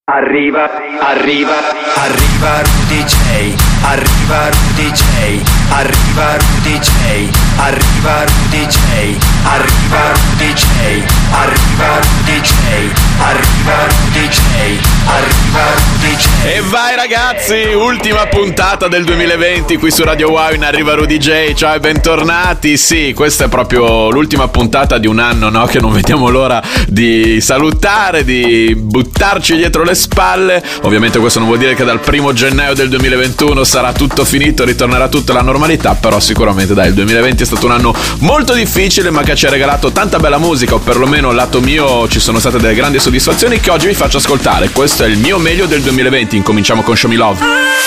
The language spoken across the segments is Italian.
Arriva Rudy J, arriva Rudy J, arriva Rudy J, arriva Rudy J, arriva Rudy J, arriva Rudy J, arriva Rudy J, arriva Rudy J. E vai ragazzi, ultima puntata del 2020 qui su Radio Wow in Arriva Rudy J. Ciao e bentornati. Sì, questa è proprio l'ultima puntata di un anno, no? Che non vediamo l'ora di salutare, di buttarci dietro le spalle. Ovviamente questo non vuol dire che dal 1 gennaio del 2021 sarà tutto finito, ritornerà tutta la normalità, però sicuramente dai, il 2020 è stato un anno molto difficile, ma che ci ha regalato tanta bella musica, o perlomeno lato mio ci sono state delle grandi soddisfazioni che oggi vi faccio ascoltare. Questo è il mio meglio del 2020. Incominciamo con Show Me Love.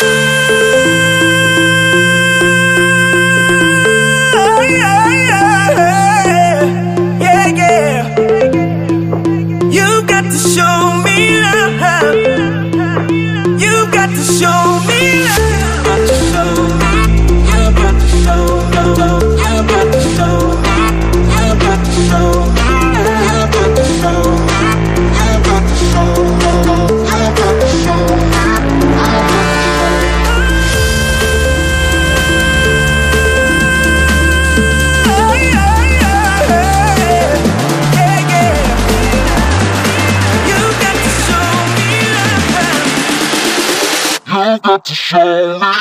To show me.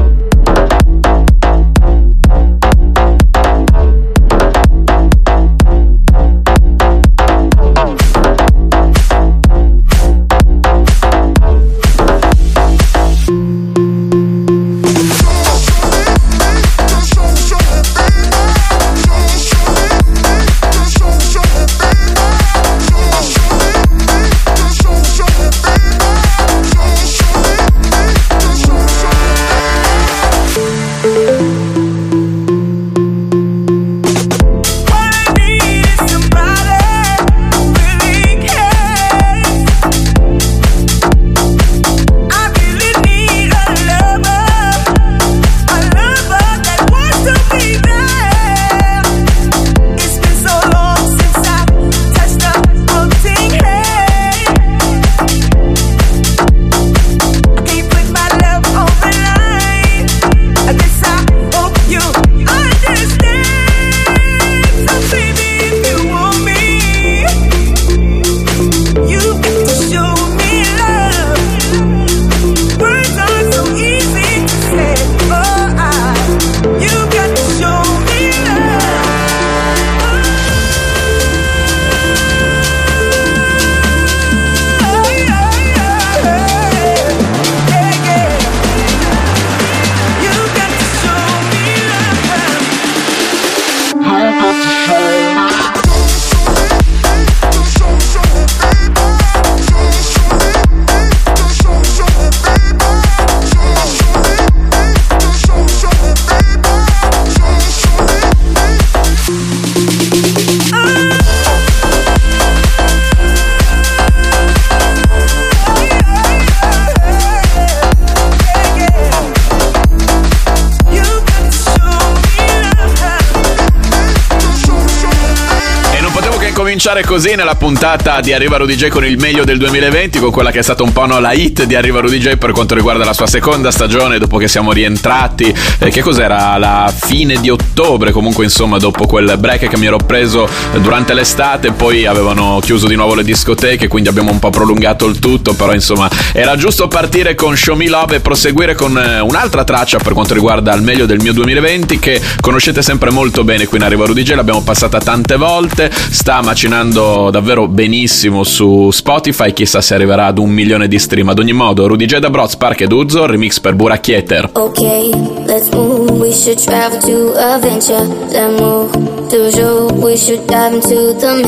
Cominciare così nella puntata di Arriva Rudy J con il meglio del 2020, con quella che è stata un po' la hit di Arriva Rudy J per quanto riguarda la sua seconda stagione, dopo che siamo rientrati, che cos'era, la fine di ottobre, comunque insomma dopo quel break che mi ero preso durante l'estate, poi avevano chiuso di nuovo le discoteche, quindi abbiamo un po' prolungato il tutto, però insomma era giusto partire con Show Me Love e proseguire con un'altra traccia per quanto riguarda il meglio del mio 2020 che conoscete sempre molto bene qui in Arriva Rudy J, l'abbiamo passata tante volte, sta macinando davvero benissimo su Spotify, chissà se arriverà ad 1 milione di stream. Ad ogni modo, Rudy J da Broz, Park ed Uzzo, remix per Burak Yeter. Okay, let's move, we should travel to adventure. Let's move, toujours, we should dive into the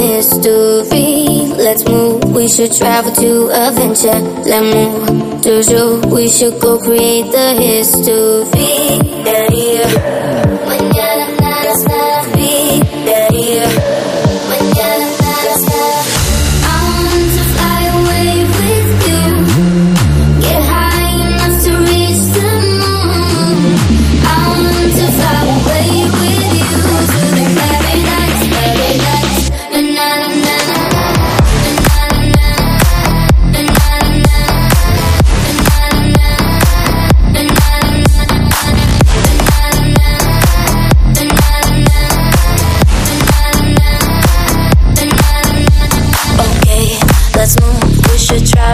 mystery. Let's move, we should travel to adventure. Let's move, toujours, we should go create the history.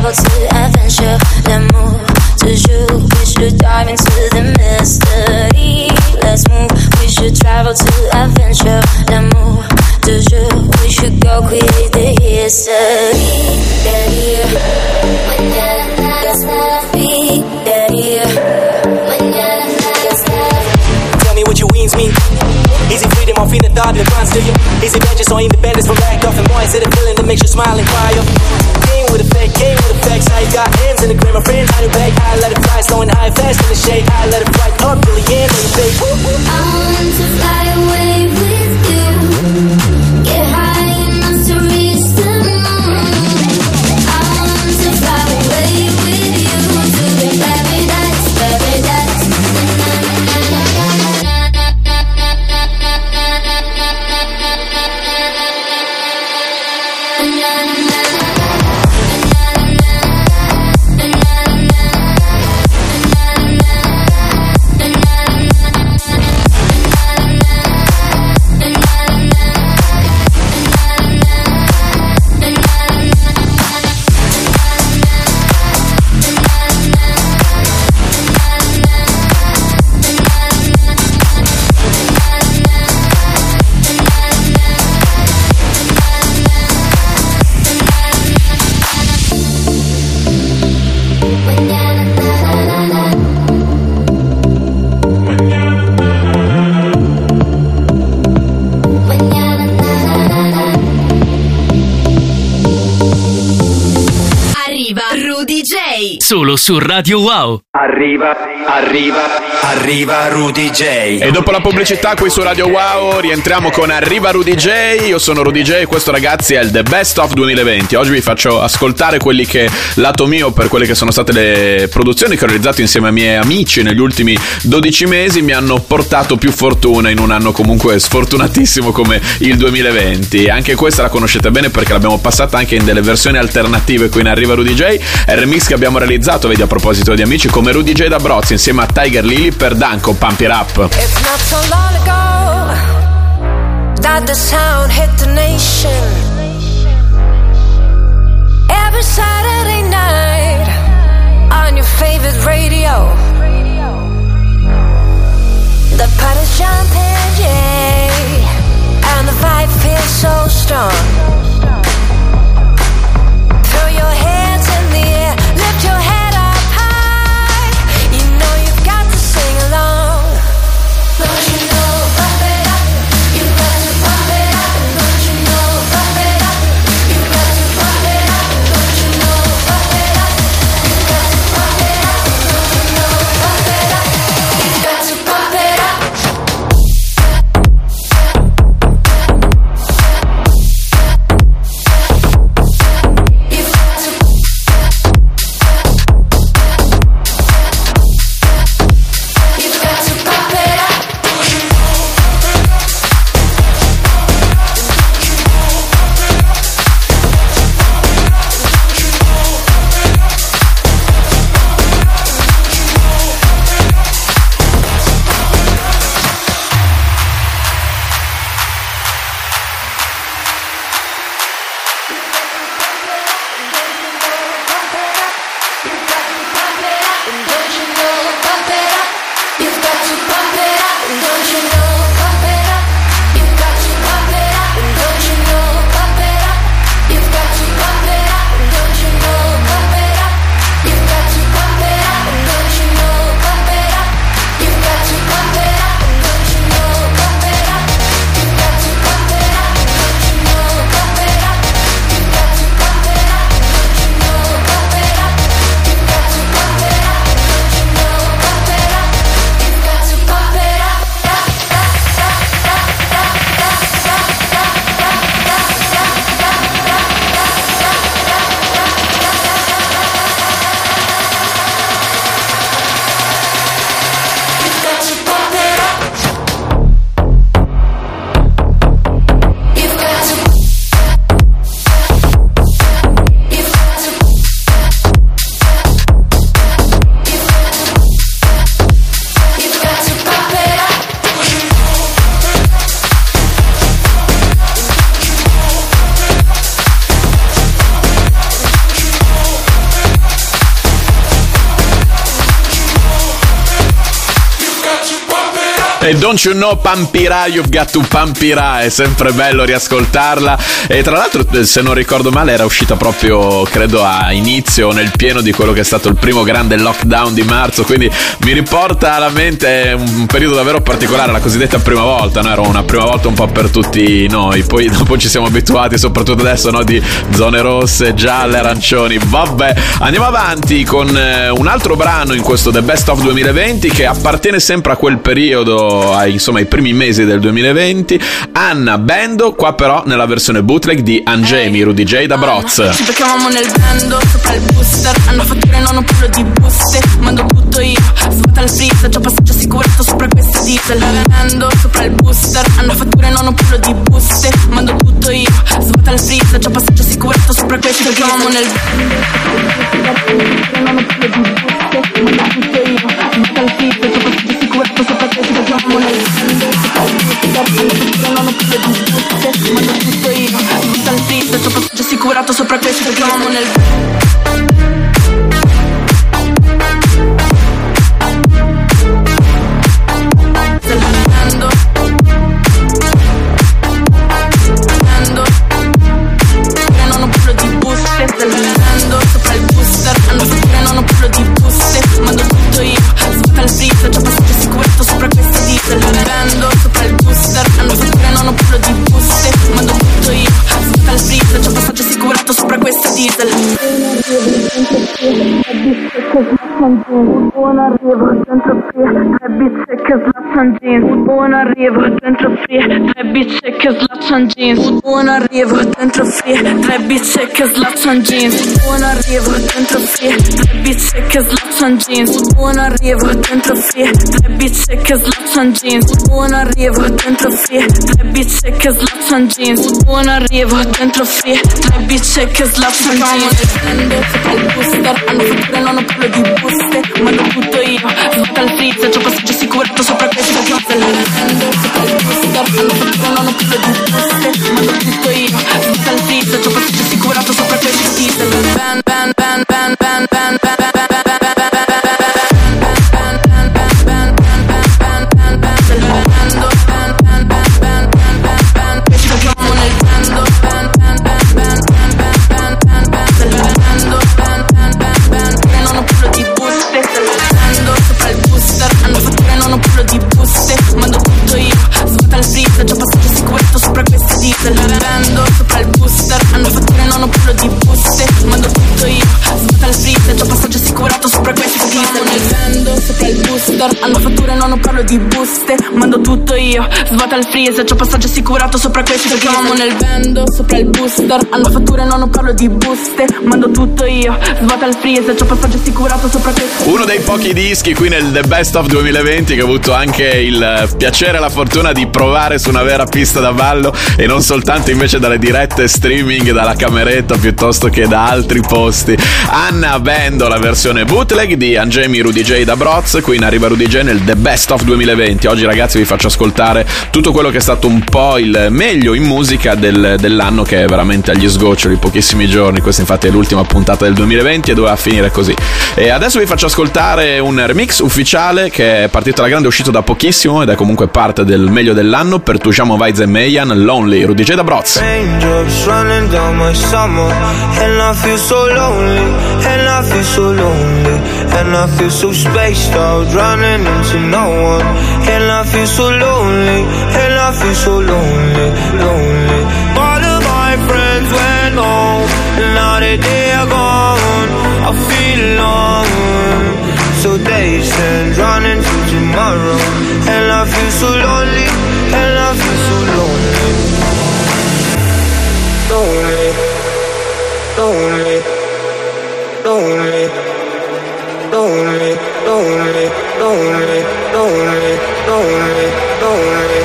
travel to adventure. L'amour, toujours, we should dive into the mystery. Let's move, we should travel to adventure. L'amour, toujours, we should go create the history. They're here, mañana es la vida. Mañana es la. Tell me what your wings mean. Is it freedom or feeling thought that runs to you? Is it vengeance or independence from lack of? And more, is it a feeling that makes you smile and cry? Game with effect, game with effects. Now you got hands in the green, my friends, how you back? I let it fly, slowing high, fast in the shade. I let it fly up till the end of the day. I want to fly away with you. Get high enough to reach the moon. I want to fly away with you to the paradise, paradise. Solo su Radio Wow. Arriva Rudy J. E dopo la pubblicità qui su Radio Wow rientriamo con Arriva Rudy J. Io sono Rudy J e questo, ragazzi, è il The Best of 2020. Oggi vi faccio ascoltare quelli che, lato mio, per quelle che sono state le produzioni che ho realizzato insieme ai miei amici negli ultimi 12 mesi, mi hanno portato più fortuna in un anno comunque sfortunatissimo come il 2020. Anche questa la conoscete bene perché l'abbiamo passata anche in delle versioni alternative qui in Arriva Rudy J. È il remix che abbiamo realizzato, vedi, a proposito di amici, come Rudy J da Brozzi insieme a Tiger Lily per Danko, Pump It Up. It's not so long ago that the sound hit the nation. Every Saturday night on your favorite radio. The party's jumping, yeah, and the vibe feels so strong. Throw your hands in the air, lift your head up high. You know you've got to sing along. Don't you know, pump it up. You got to pump it up. Don't you know, pump it up. You got to pump it up. Don't you know, pump it up. E Don't You Know Pampirà, You've Got to Pampirà, è sempre bello riascoltarla. E tra l'altro, se non ricordo male, era uscita proprio, credo, a inizio, nel pieno di quello che è stato il primo grande lockdown di marzo, quindi mi riporta alla mente un periodo davvero particolare, la cosiddetta prima volta, no? Era una prima volta un po' per tutti noi, poi dopo ci siamo abituati, soprattutto adesso, no? Di zone rosse, gialle, arancioni. Vabbè, andiamo avanti con un altro brano in questo The Best of 2020 che appartiene sempre a quel periodo, insomma ai primi mesi del 2020. Anna Bendo, qua però nella versione bootleg di Angemi, Rudy J da Broz. Ci beccavamo nel bando, sopra il booster. Hanno fatture, non ho parlo di buste. Mando tutto io, svuota il freezer. Già passaggio assicurato sopra questi diesel. Bando, sopra il booster. Hanno fatture, non ho parlo di buste. Mando tutto io, svuota il freezer. Già passaggio assicurato sopra questi diesel. Ci beccavamo nel bando, non ho parlo di buste. Mando tutto io, svuota il freezer. Già passaggio assicurato sopra questi diesel. Ci beccavamo nel bando, sopra il booster. Non ho parlo di buste. Mando tutto io, svuota il freezer. Già passaggio assicurato sopra questi diesel. Ci beccavamo nel sopra il booster. Hanno fatture, non ho parlo di buste. Mando tutto io, svuota il freezer. Già passaggio assicurato sopra questi diesel. Bando sopra il booster. Hanno fatture, non ho parlo di buste. Mando tutto io, svuota il freezer. Già passaggio assicurato sopra questi diesel. Buon arrivo, dentro free, 3 bizze che slaccian jeans. Buon arrivo, dentro free, 3 bizze che slaccian jeans. Buon arrivo, dentro free, 3 bizze che slaccian jeans. Buon arrivo, dentro free, 3 bizze che slaccian jeans. Buon arrivo, dentro free, 3 bizze che slaccian jeans. Buon arrivo, dentro free, 3 bizze che slaccian jeans. Buon arrivo, dentro free, 3 bizze che slaccian jeans. Prendo sopra il booster, hanno fatture, non ho parlo di buste. Mando tutto io, svuota il freezer. Già passaggio assicurato sopra questa diesel. Prendo sopra il booster, hanno fatture, non ho parlo di buste. Mando tutto io, svuota il freezer. Già passaggio assicurato sopra questa diesel. Ban, ban, ban, ban, ban, ban, ban, ban. Bando sopra il booster, hanno fatture, non ho parlo di buste. Mando tutto io, svuota il freezer. Già passaggio assicurato sopra questi diesel. Bando sopra il booster, hanno fatture, non ho parlo di buste. Mando tutto io, svuota il freezer. Già passaggio assicurato sopra questi diesel. Siamo nel bando sopra il booster, hanno fatture, non ho parlo di buste. Mando tutto io, svuota il freezer. Già passaggio assicurato sopra questi. Uno dei pochi dischi qui nel The Best of 2020 che ho avuto anche il piacere e la fortuna di provare su una vera pista da ballo e non soltanto invece dalle dirette streaming dalla cameretta piuttosto che da altri posti. Anna Bendo, la versione bootleg di Angemi, Rudy J da Broz. Qui in Arriva Rudy J nel The Best of 2020. Oggi ragazzi vi faccio ascoltare tutto quello che è stato un po' il meglio in musica dell'anno, che è veramente agli sgoccioli, pochissimi giorni. Questa infatti è l'ultima puntata del 2020 e doveva finire così. E adesso vi faccio ascoltare un remix ufficiale che è partito alla grande, è uscito da pochissimo ed è comunque parte del meglio dell'anno, per Tujamo Vaiz e Meyan, Lonely, Rudy J da Broz. Raindrops running down my summer, and I feel so lonely, and I feel so lonely, and I feel so spaced out, running into no one, and I feel so lonely, and I feel so lonely, lonely. All of my friends went home, and now that they are gone, I feel alone. So they send running to tomorrow, and I feel so lonely, and I feel so lonely. Lonely, lonely, lonely, lonely, lonely, lonely, lonely, lonely, lonely,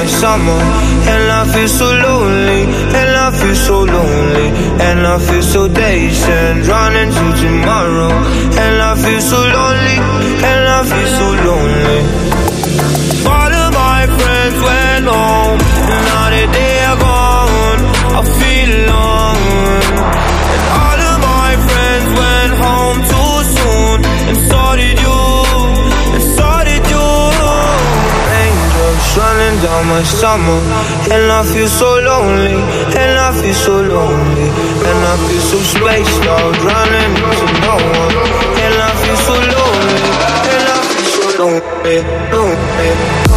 summer, and I feel so lonely, and I feel so lonely, and I feel so dazed and running to tomorrow, and I feel so lonely, and I feel so lonely. All of my friends went home, and now that they are gone, I feel alone. And all of my friends went home too soon, and so did you, and so did you. Raindrops running down my summer, and I feel so lonely, and I feel so lonely, and I feel so spaced out, running into no one, and I feel so lonely, and I feel so lonely, lonely,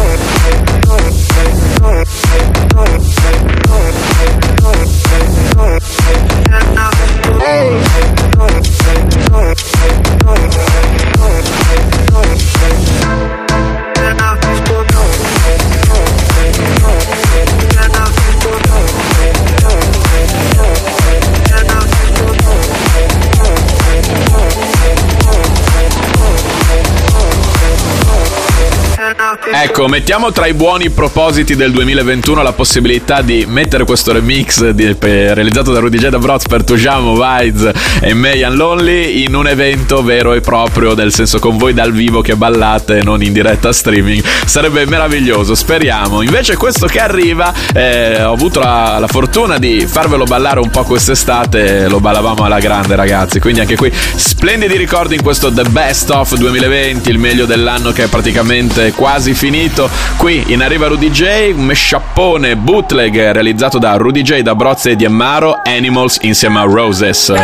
Ecco, mettiamo tra i buoni propositi del 2021 la possibilità di mettere questo remix realizzato da Rudy J. da Broz per Tujamo, Vibes e Mayan Lonely in un evento vero e proprio, nel senso con voi dal vivo che ballate, non in diretta streaming. Sarebbe meraviglioso, speriamo. Invece questo che arriva, ho avuto la fortuna di farvelo ballare un po' quest'estate, lo ballavamo alla grande, ragazzi, quindi anche qui splendidi ricordi in questo The Best of 2020, il meglio dell'anno che è praticamente quasi finito. Qui in Arriva Rudy J, un mesciappone bootleg realizzato da Rudy J, da Broz e Diemmaro, Animals insieme a Roses.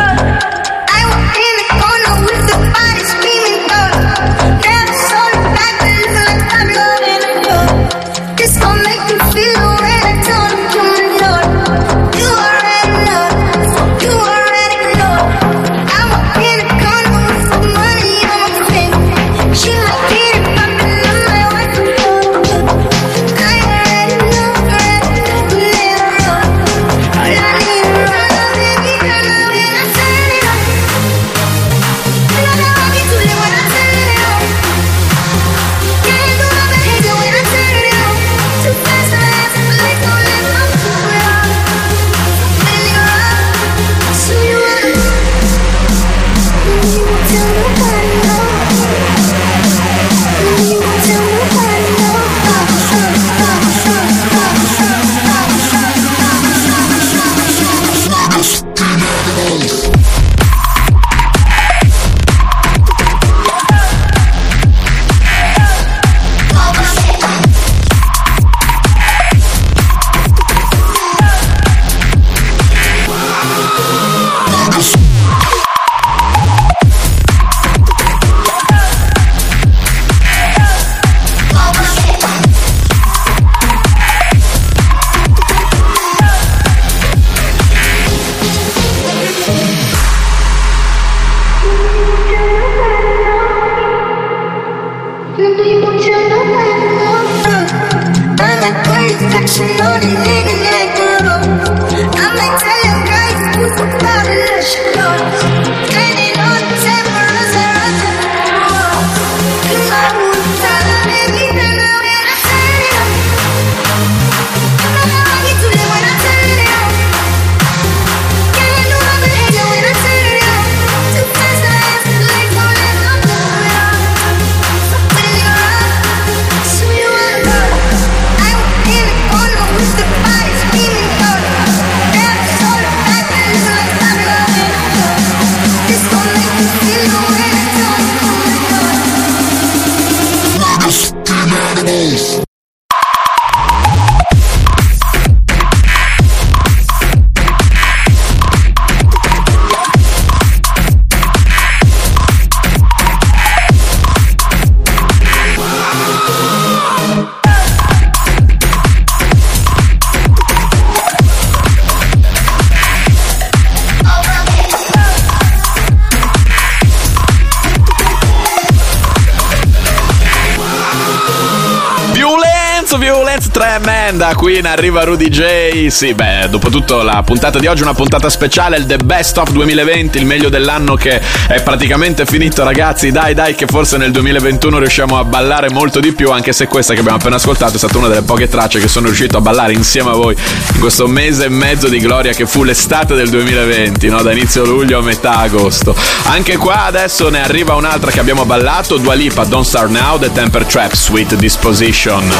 Miranda qui in Arriva Rudy J. Sì, beh, dopo tutto la puntata di oggi è una puntata speciale, il The Best of 2020, il meglio dell'anno che è praticamente finito, ragazzi. Dai che forse nel 2021 riusciamo a ballare molto di più, anche se questa che abbiamo appena ascoltato è stata una delle poche tracce che sono riuscito a ballare insieme a voi in questo mese e mezzo di gloria che fu l'estate del 2020, no? Da inizio luglio a metà agosto. Anche qua adesso ne arriva un'altra che abbiamo ballato, Dua Lipa, Don't Start Now, The Temper Trap, Sweet Disposition.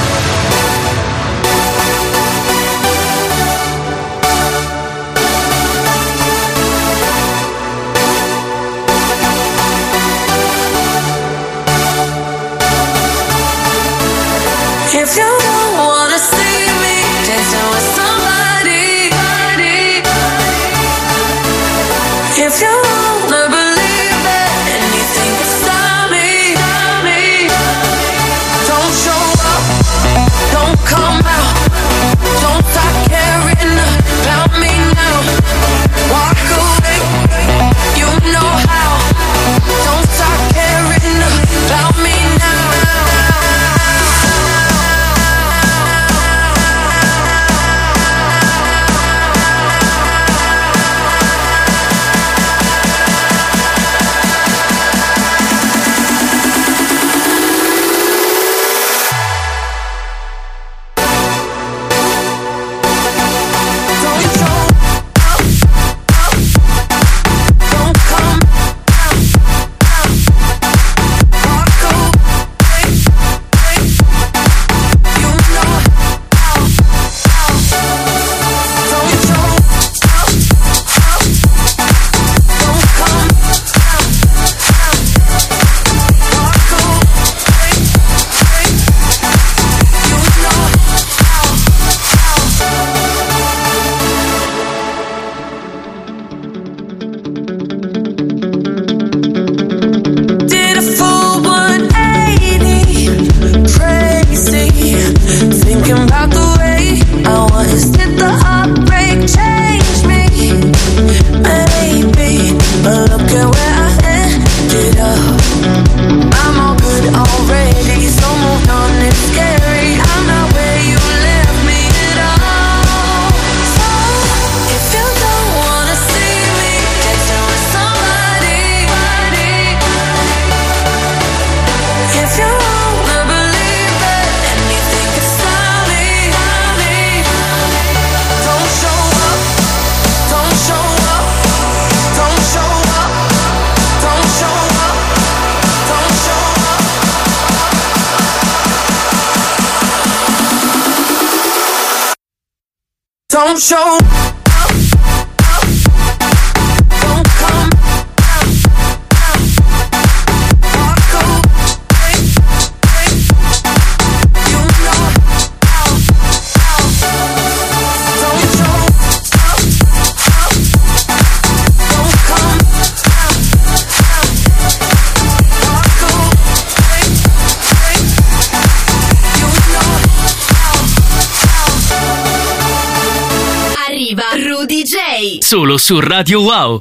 If you don't wanna see me dancing with somebody, if you wanna believe it, anything can stop me. Don't show up, don't come out, don't start caring about me now. Walk away, you know how. Don't start caring about me now. Don't show Rudy J. Solo su Radio Wow.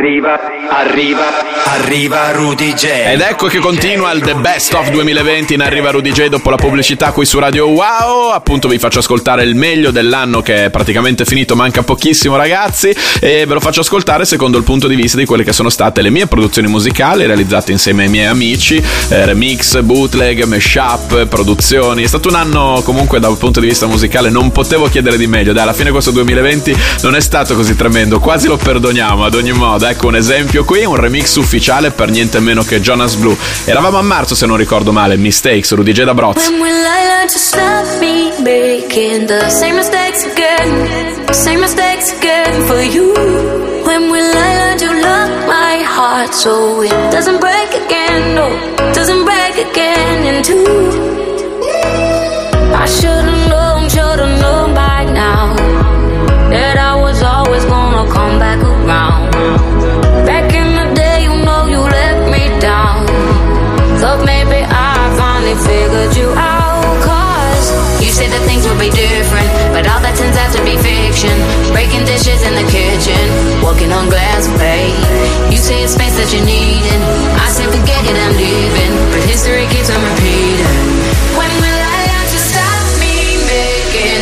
Arriva Rudy J. Ed ecco che continua il The Best of 2020 in Arriva Rudy J dopo la pubblicità qui su Radio Wow. Appunto vi faccio ascoltare il meglio dell'anno che è praticamente finito, manca pochissimo ragazzi, e ve lo faccio ascoltare secondo il punto di vista di quelle che sono state le mie produzioni musicali realizzate insieme ai miei amici, remix, bootleg, mashup, produzioni. È stato un anno comunque dal punto di vista musicale, non potevo chiedere di meglio. Dai, alla fine questo 2020 non è stato così tremendo, quasi lo perdoniamo. Ad ogni modo, ecco un esempio qui, un remix ufficiale per niente meno che Jonas Blue. Eravamo a marzo se non ricordo male, Mistakes, Rudy J da Broz. When will I learn to stop me making the same mistakes again for you? When will I learn to love my heart so it doesn't break again, no, doesn't break again in two? I should've known by now that I was always gonna come back around. Back in the day, you know you let me down. Thought maybe I finally figured you out. Cause you said that things would be different, but all that turns out to be fiction. Breaking dishes in the kitchen, walking on glass plate. You say it's space that you need, and I say forget it, I'm leaving. But history keeps on repeating. When will I learn to stop me making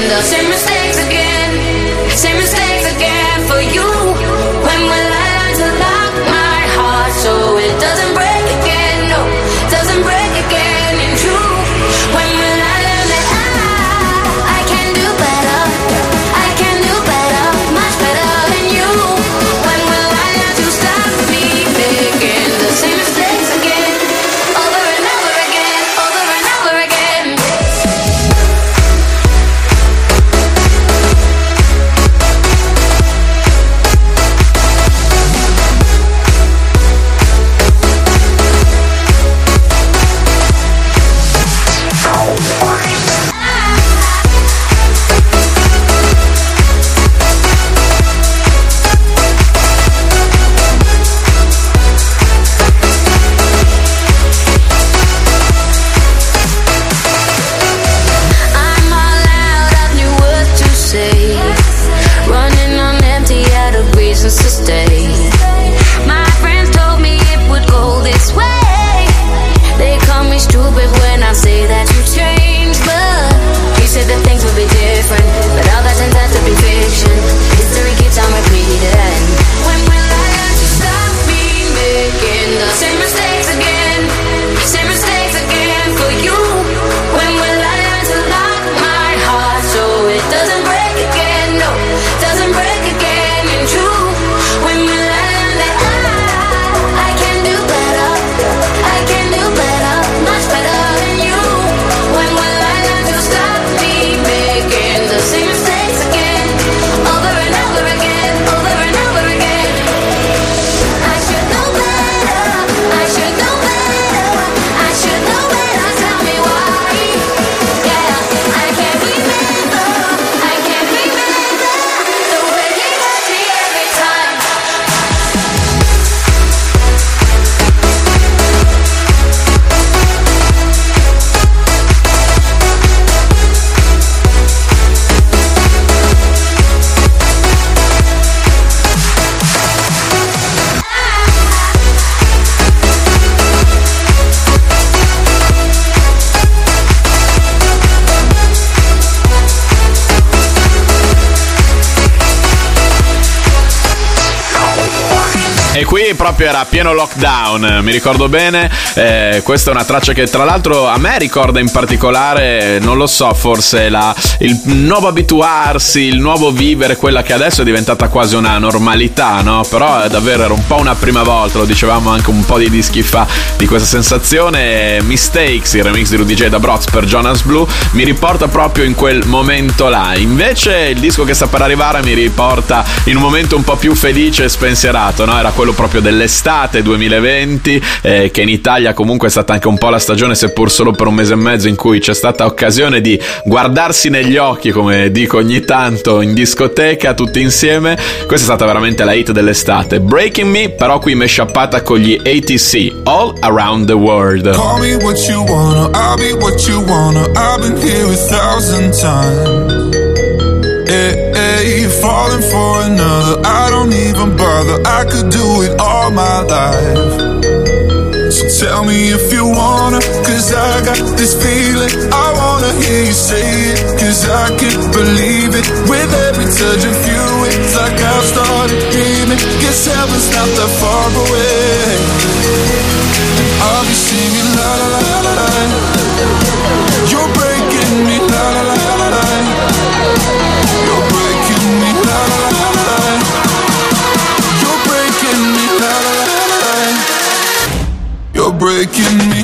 E qui proprio era pieno lockdown, mi ricordo bene. Questa è una traccia che tra l'altro a me ricorda in particolare, non lo so, forse il nuovo abituarsi, il nuovo vivere, quella che adesso è diventata quasi una normalità, no? Però davvero era un po' una prima volta, lo dicevamo anche un po' di dischi fa, di questa sensazione. Mistakes, il remix di Rudy J da Broz per Jonas Blue, mi riporta proprio in quel momento là. Invece il disco che sta per arrivare mi riporta in un momento un po' più felice e spensierato, no? Era quello proprio dell'estate 2020, che in Italia comunque è stata anche un po' la stagione, seppur solo per un mese e mezzo, in cui c'è stata occasione di guardarsi negli occhi, come dico ogni tanto, in discoteca tutti insieme. Questa è stata veramente la hit dell'estate. Breaking Me, però qui mashuppata con gli ATC, All Around the World. Call me what you wanna, I'll be what you wanna. I've been here 1,000 times. Hey, falling for another, I don't even bother. I could do it all my life. So tell me if you wanna, cause I got this feeling. I wanna hear you say it, cause I can't believe it. With every touch of you, it's like I've started dreaming. Guess heaven's not that far away. And I'll be singing la la la la la. You're breaking me la la la la la. You're breaking me la la la la la. You're breaking me la la la la la. You're breaking me.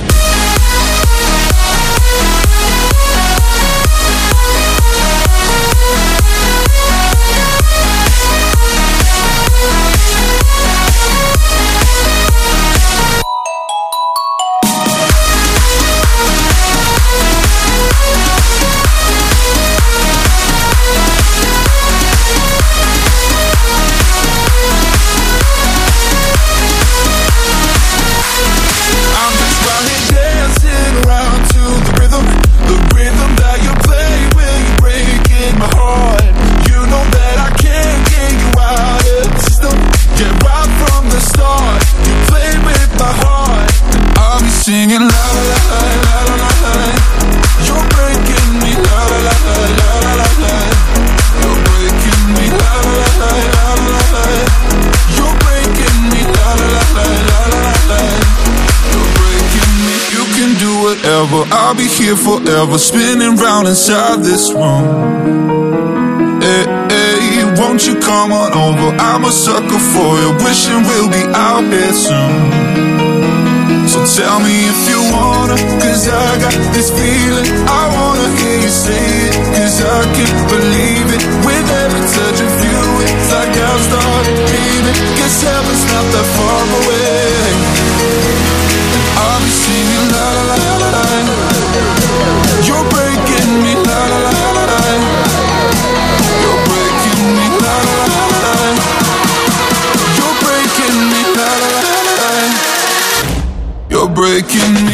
Singing la la la la la la la. You're breaking me la la la la la la la la. You're breaking me la la la la la la la. You're breaking me la la la la la la la. You're breaking me. You can do whatever, I'll be here forever, spinning round inside this room. Hey, hey, won't you come on over? I'm a sucker for you, wishing we'll be out here soon. So tell me if you wanna, cause I got this feeling. I wanna hear you say it, cause I can't believe it. With every touch of you, it's like I've started dreaming. Guess heaven's not that far away. And I'll be singing la la la la la. You're breaking me la la la la la. You're breaking me la la la la la. You're breaking me la la la la la. You're breaking me.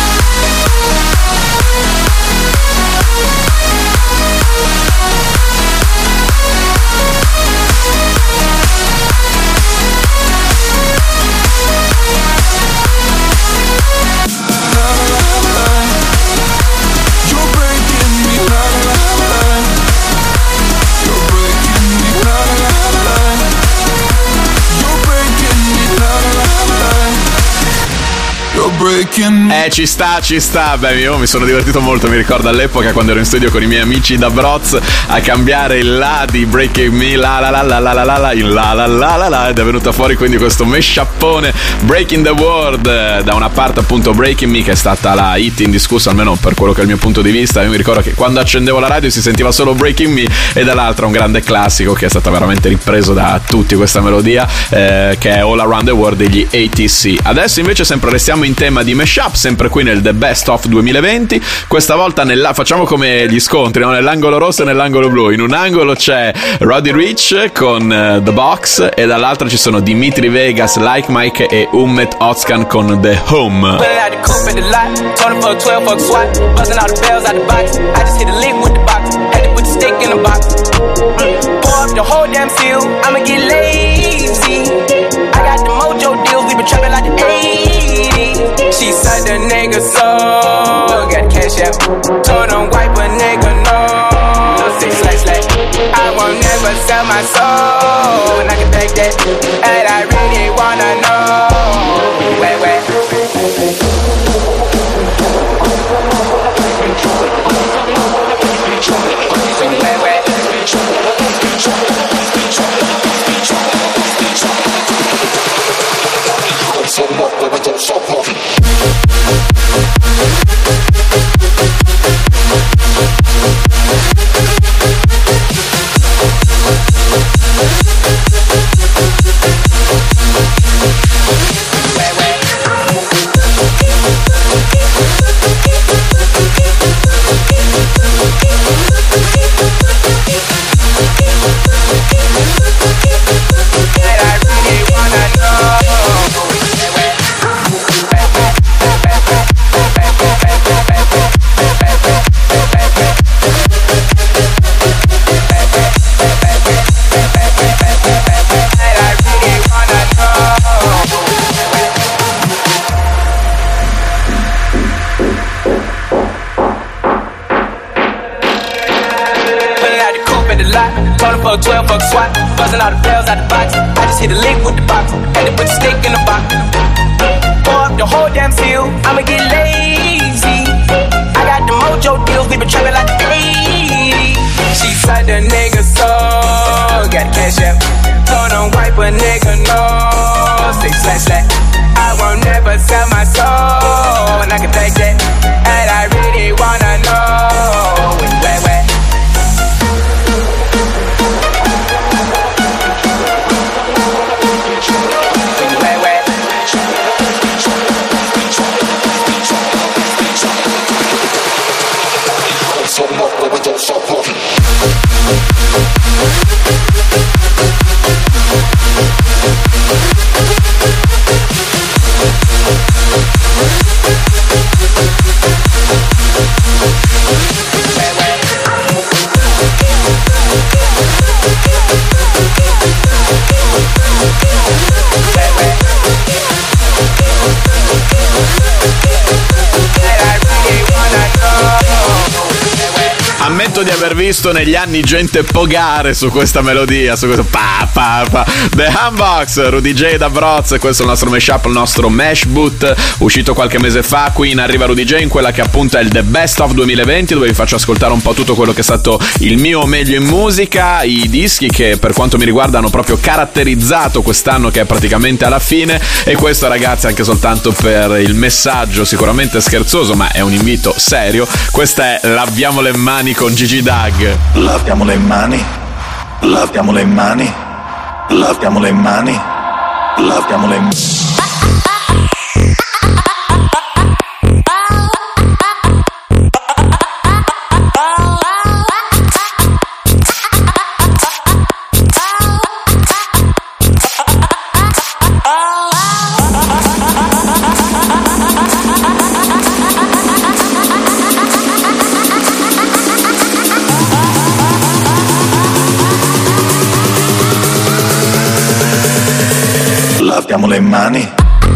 Ci sta, beh, io mi sono divertito molto, mi ricordo all'epoca quando ero in studio con i miei amici da Broz a cambiare il la di Breaking Me, la la la la la la la, il la la la la la, ed è venuta fuori quindi questo meshappone Breaking the World, da una parte appunto Breaking Me, che è stata la hit indiscussa, almeno per quello che è il mio punto di vista. Io mi ricordo che quando accendevo la radio si sentiva solo Breaking Me, e dall'altra un grande classico che è stato veramente ripreso da tutti, questa melodia, che è All Around the World degli ATC. Adesso invece sempre restiamo in tema di mashup, sempre qui nel The Best of 2020. Questa volta facciamo come gli scontri, no? Nell'angolo rosso e nell'angolo blu. In un angolo c'è Roddy Ricch con The Box, e dall'altro ci sono Dimitri Vegas, Like Mike e Ummet Ozcan con The Home. She said the nigga so got cash out. Told him wipe a nigga no. Six slash. I won't never sell my soul, and I can take that. And I really wanna nails out the box. I just hit a lick with the box, had to put the stick in the box. Pour up the whole damn seal, I'ma get lazy. I got the mojo deals, we been trapping like the 80s. She said the nigga so got cash up. Told him wipe a nigga no. Say slash slash. I won't never sell my soul, and I can take that. And I really wanna know when where. Ammetto di aver visto negli anni gente pogare su questa melodia, su questo pa pa pa. The Humbox, Rudy J da Broz, questo è il nostro mashup, il nostro Mash Boot, uscito qualche mese fa qui in Arriva Rudy J, in quella che appunto è il The Best of 2020, dove vi faccio ascoltare un po' tutto quello che è stato il mio meglio in musica, i dischi che per quanto mi riguarda hanno proprio caratterizzato quest'anno che è praticamente alla fine. E questo, ragazzi, anche soltanto per il messaggio sicuramente scherzoso, ma è un invito serio, questa è Laviamo le mani con Gigi Dag. Laviamo le mani, laviamo le mani, laviamo le mani, laviamo le mani. Laviamo le mani.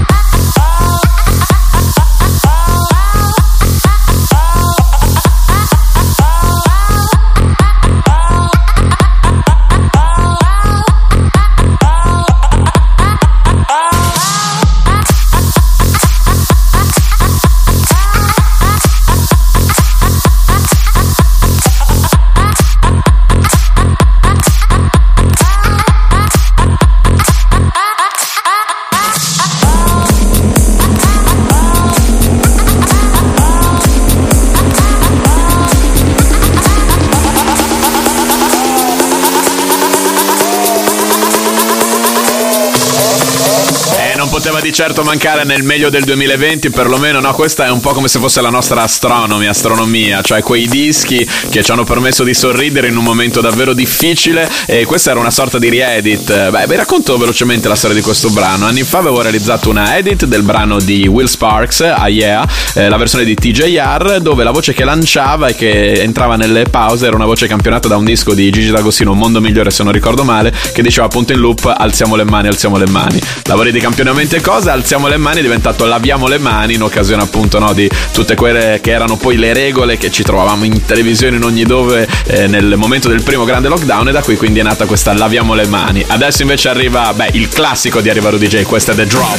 Poteva di certo mancare nel meglio del 2020, perlomeno, no? Questa è un po' come se fosse la nostra astronomia, cioè quei dischi che ci hanno permesso di sorridere in un momento davvero difficile. E questa era una sorta di re-edit. Vi racconto velocemente la storia di questo brano. Anni fa avevo realizzato una edit del brano di Will Sparks, Yeah, la versione di TJR, dove la voce che lanciava e che entrava nelle pause era una voce campionata da un disco di Gigi D'Agostino, Un mondo migliore se non ricordo male, che diceva appunto in loop: alziamo le mani, alziamo le mani. Lavori di campionamento cosa, alziamo le mani è diventato laviamo le mani, in occasione appunto, no, di tutte quelle che erano poi le regole che ci trovavamo in televisione in ogni dove nel momento del primo grande lockdown, e da qui quindi è nata questa laviamo le mani. Adesso invece arriva il classico di Arriva Rudy J, questa è The Drop.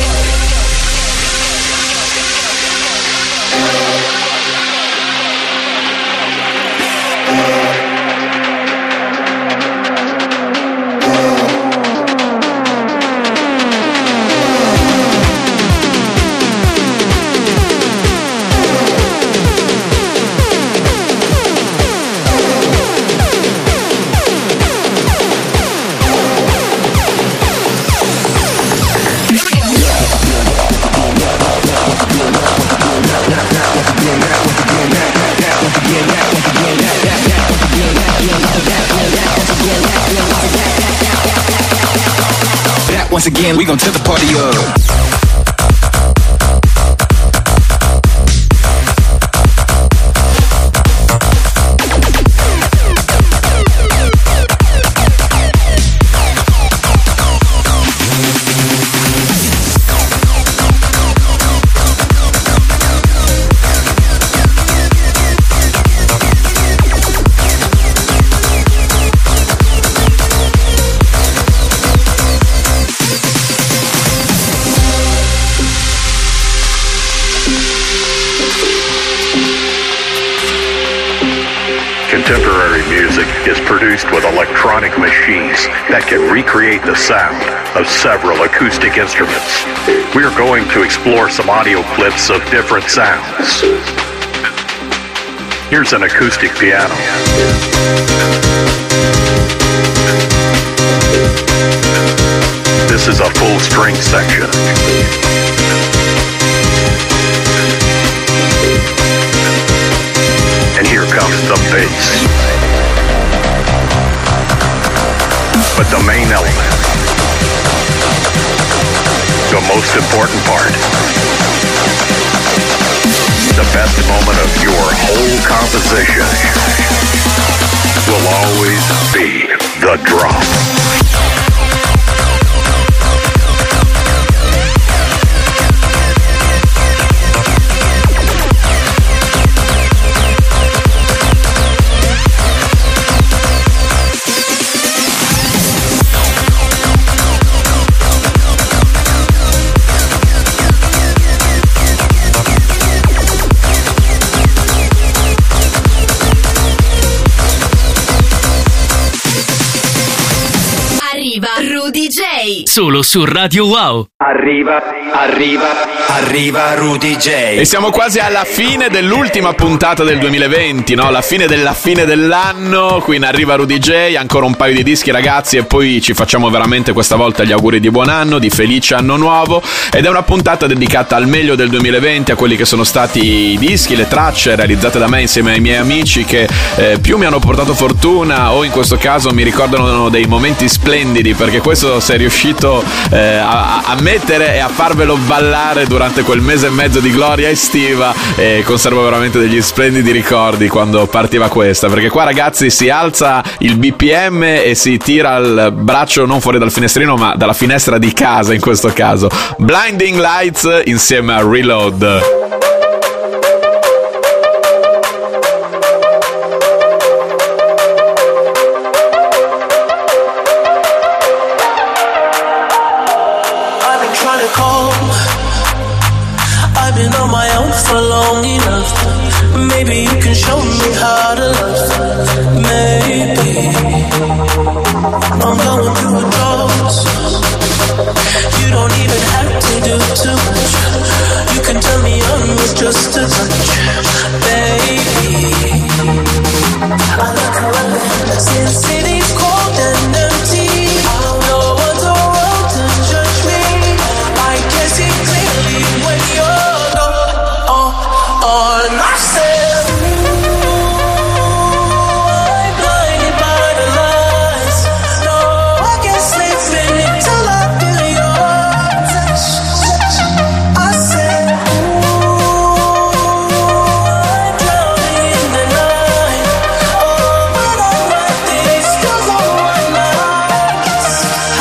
Once again, we gon' tip the party up. Contemporary music is produced with electronic machines that can recreate the sound of several acoustic instruments. We are going to explore some audio clips of different sounds. Here's an acoustic piano. This is a full string section. And here comes the bass. But the main element, the most important part, the best moment of your whole composition will always be the drop. Rudy J. Solo su Radio Wow. Arriva Rudy J. E siamo quasi alla fine dell'ultima puntata del 2020, no? La fine della fine dell'anno. Qui in Arriva Rudy J. Ancora un paio di dischi, ragazzi, e poi ci facciamo veramente questa volta gli auguri di buon anno, di felice anno nuovo. Ed è una puntata dedicata al meglio del 2020, a quelli che sono stati i dischi, le tracce realizzate da me insieme ai miei amici che più mi hanno portato fortuna o in questo caso mi ricordano dei momenti splendidi, perché questo sei riuscito a mettere e a farvelo ballare durante quel mese e mezzo di gloria estiva, e conservo veramente degli splendidi ricordi quando partiva questa, perché qua, ragazzi, si alza il BPM e si tira il braccio non fuori dal finestrino ma dalla finestra di casa, in questo caso Blinding Lights insieme a Reload. I've been on my own for long enough. Maybe you can show me how to love. Maybe I'm going through a drought. You don't even have to do too much. You can turn me on with just a touch, baby. I look around, since city's cold and empty, no one's around to judge me. I can see clearly when you're on my step. I'm blinded by the lights. No, I can't sleep until I feel your touch. I said, I'm drowning in the night. Oh, when I'm like this, 'cause I'm one night.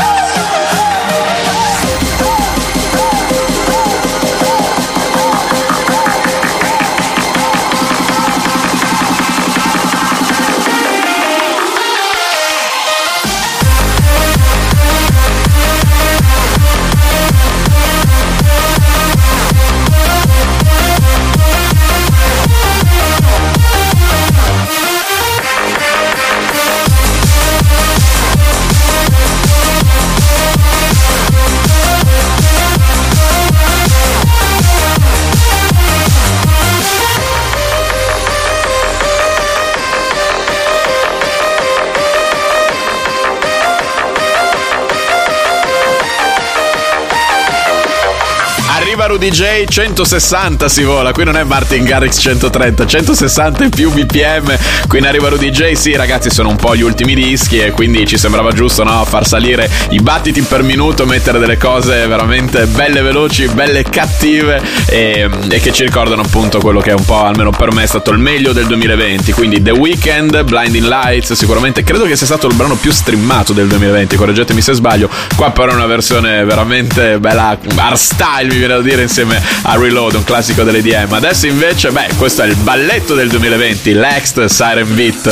Arriva Rudy J, 160 si vola, qui non è Martin Garrix 130, 160 e più BPM, qui in Arriva Rudy J. Sì, ragazzi, sono un po' gli ultimi dischi e quindi ci sembrava giusto, no, far salire i battiti per minuto, mettere delle cose veramente belle veloci, belle cattive e che ci ricordano appunto quello che è un po', almeno per me, è stato il meglio del 2020. Quindi The Weeknd, Blinding Lights, sicuramente credo che sia stato il brano più streamato del 2020, correggetemi se sbaglio. Qua però è una versione veramente bella, hardstyle mi viene da dire, insieme a Reload, un classico dell'EDM. Adesso invece, questo è il balletto del 2020, Lext Siren Beat.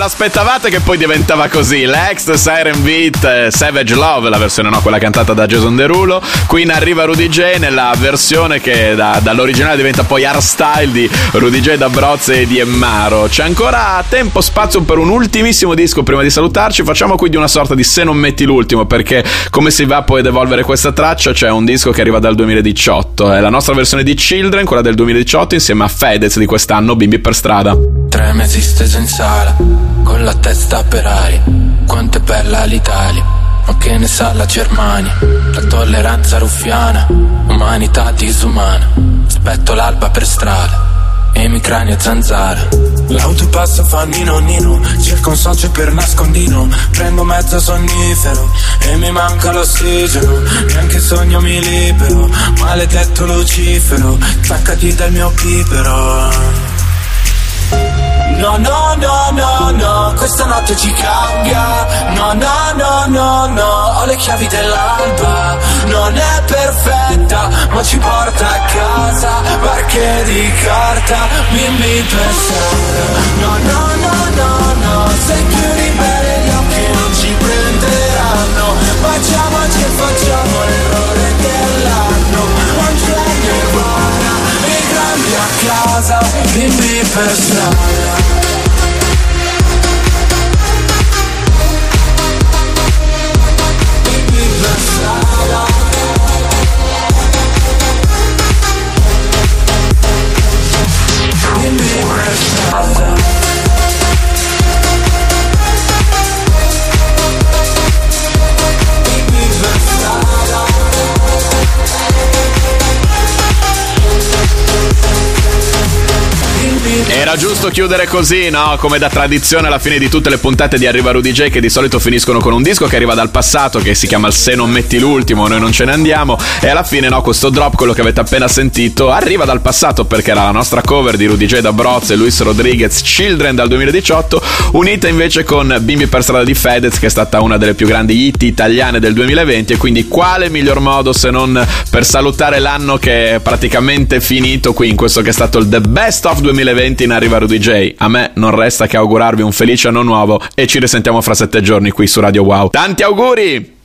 l'aspettavate che poi diventava così? L'ex Siren Beat Savage Love, la versione no, quella cantata da Jason Derulo. Qui arriva Rudy J nella versione che dall'originale diventa poi hardstyle di Rudy J, D'Abrozzi e di Emmaro. C'è ancora tempo, spazio per un ultimissimo disco prima di salutarci. Facciamo quindi una sorta di se non metti l'ultimo, perché come si va poi ad evolvere questa traccia? C'è un disco che arriva dal 2018, è la nostra versione di Children, quella del 2018, insieme a Fedez di quest'anno, Bimbi per strada. 3 mesi steso in sala, con la testa per aria. Quanto è bella l'Italia, ma che ne sa la Germania? La tolleranza ruffiana, umanità disumana. Aspetto l'alba per strada e i miei crani a zanzara. L'auto passa fa nino nino, cerco un socio per nascondino. Prendo mezzo sonnifero e mi manca l'ossigeno. Neanche sogno mi libero, maledetto Lucifero, staccati dal mio pipero. No, no, no, no, no, questa notte ci cambia. No, no, no, no, no, ho le chiavi dell'alba. Non è perfetta, ma ci porta a casa. Barche di carta, bimbi per strada. No, no, no, no, no, se chiudi bene gli occhi non ci prenderanno. Baciamoci e facciamo l'errore dell'anno. Non c'è nirvana, i grandi a casa, bimbi per strada. Era giusto chiudere così, no? Come da tradizione alla fine di tutte le puntate di Arriva Rudy J, che di solito finiscono con un disco che arriva dal passato, che si chiama Il Se non metti l'ultimo, noi non ce ne andiamo. E alla fine, no, questo drop, quello che avete appena sentito, arriva dal passato perché era la nostra cover di Rudy J, D'Abrozzi e Luis Rodriguez, Children dal 2018, unita invece con Bimbi per strada di Fedez, che è stata una delle più grandi hit italiane del 2020. E quindi quale miglior modo se non per salutare l'anno che è praticamente finito qui in questo che è stato il The Best of 2020 in Arriva Rudy J. A me non resta che augurarvi un felice anno nuovo e ci risentiamo fra 7 giorni qui su Radio Wow. Tanti auguri!